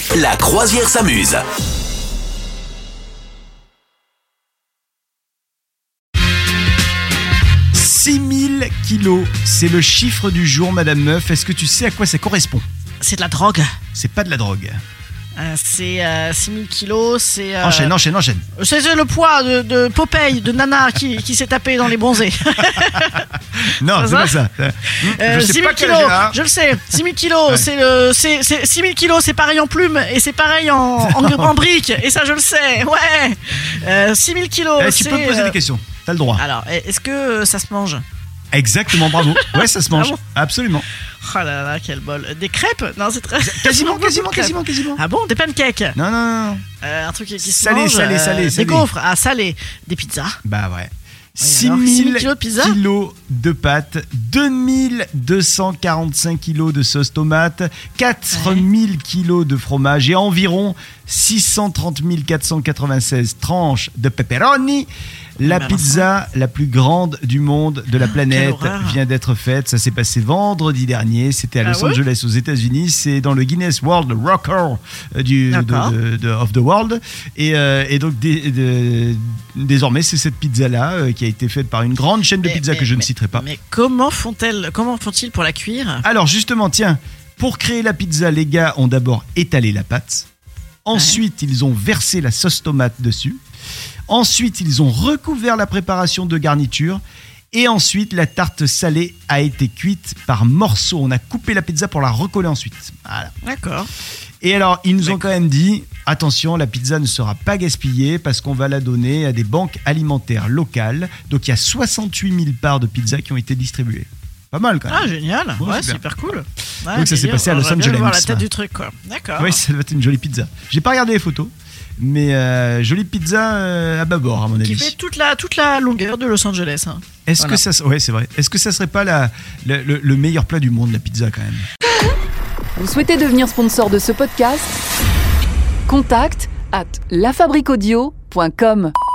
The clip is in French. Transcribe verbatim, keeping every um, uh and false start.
La croisière s'amuse. six mille kilos, c'est le chiffre du jour, Madame Meuf. Est-ce que tu sais à quoi ça correspond ? C'est de la drogue. C'est pas de la drogue. Euh, c'est euh, six mille kilos, c'est... Euh, Enchaîne, enchaîne, enchaîne. C'est c'est le poids de, de Popeye, de Nana qui, qui s'est tapé dans les bronzés. Non, c'est ça pas ça. Euh, Je sais six pas mille quel kilos, âge là. je le sais. six mille kilos, Ouais. c'est le, c'est, c'est, six mille kilos, c'est pareil en plumes et c'est pareil en, en, en briques. Et ça, je le sais. Ouais. Euh, six mille kilos, Eh, tu c'est... peux me poser euh, des questions. T'as le droit. Alors, est-ce que euh, ça se mange ? Exactement, bravo. Ouais, ça se mange. Ah bon Absolument. Oh là là, quel bol. Des crêpes ? Non, c'est très... Quasiment, quasiment, Crêpes. quasiment, quasiment. Ah bon, des pancakes ? Non, non, non, non. Euh, un truc qui se Salé, mange, salé, euh, salé, des salé. gaufres, ah salé, des pizzas. Bah ouais. alors, six six mille mille kilos de pizza kilos de pâtes, deux mille deux cent quarante-cinq kilos de sauce tomate, quatre mille kilos de fromage et environ six cent trente mille quatre cent quatre-vingt-seize tranches de pepperoni. La ben, pizza la plus grande du monde, de la planète, horreur. vient d'être faite. Ça s'est passé vendredi dernier. C'était à Ah Los ouais Angeles, aux États-Unis. C'est dans le Guinness World Record euh, du, de, D'accord. de- de- of the world. Et, euh, et donc, dé- de- désormais, c'est cette pizza-là euh, qui a été faite par une grande chaîne de Mais- pizza mais- que je ne mais- citerai pas. Mais comment font-elles, comment font-ils pour la cuire ? Alors, justement, tiens, pour créer la pizza, les gars ont d'abord étalé la pâte. Ensuite, ils ont versé la sauce tomate dessus. Ensuite, ils ont recouvert la préparation de garniture. Et ensuite, la tarte salée a été cuite par morceaux. On a coupé la pizza pour la recoller ensuite. Voilà. D'accord. Et alors, ils nous ont quand même dit, attention, la pizza ne sera pas gaspillée parce qu'on va la donner à des banques alimentaires locales. Donc, il y a soixante-huit mille parts de pizza qui ont été distribuées. Pas mal quand même. Ah génial, Ouais, ouais, super. super cool. Ouais, Donc, ça s'est délire. passé à Los J'aimerais bien Angeles. voir la tête du truc quoi. D'accord. Oui, ça va être une jolie pizza. J'ai pas regardé les photos, mais euh, jolie pizza euh, à bâbord, à mon Qui avis. fait toute la toute la longueur de Los Angeles. Hein. Est-ce Voilà. que ça, ouais, c'est vrai. Est-ce que ça serait pas la, la- le, le meilleur plat du monde, la pizza quand même? Vous souhaitez devenir sponsor de ce podcast ? Contact à lafabriquaudio point com.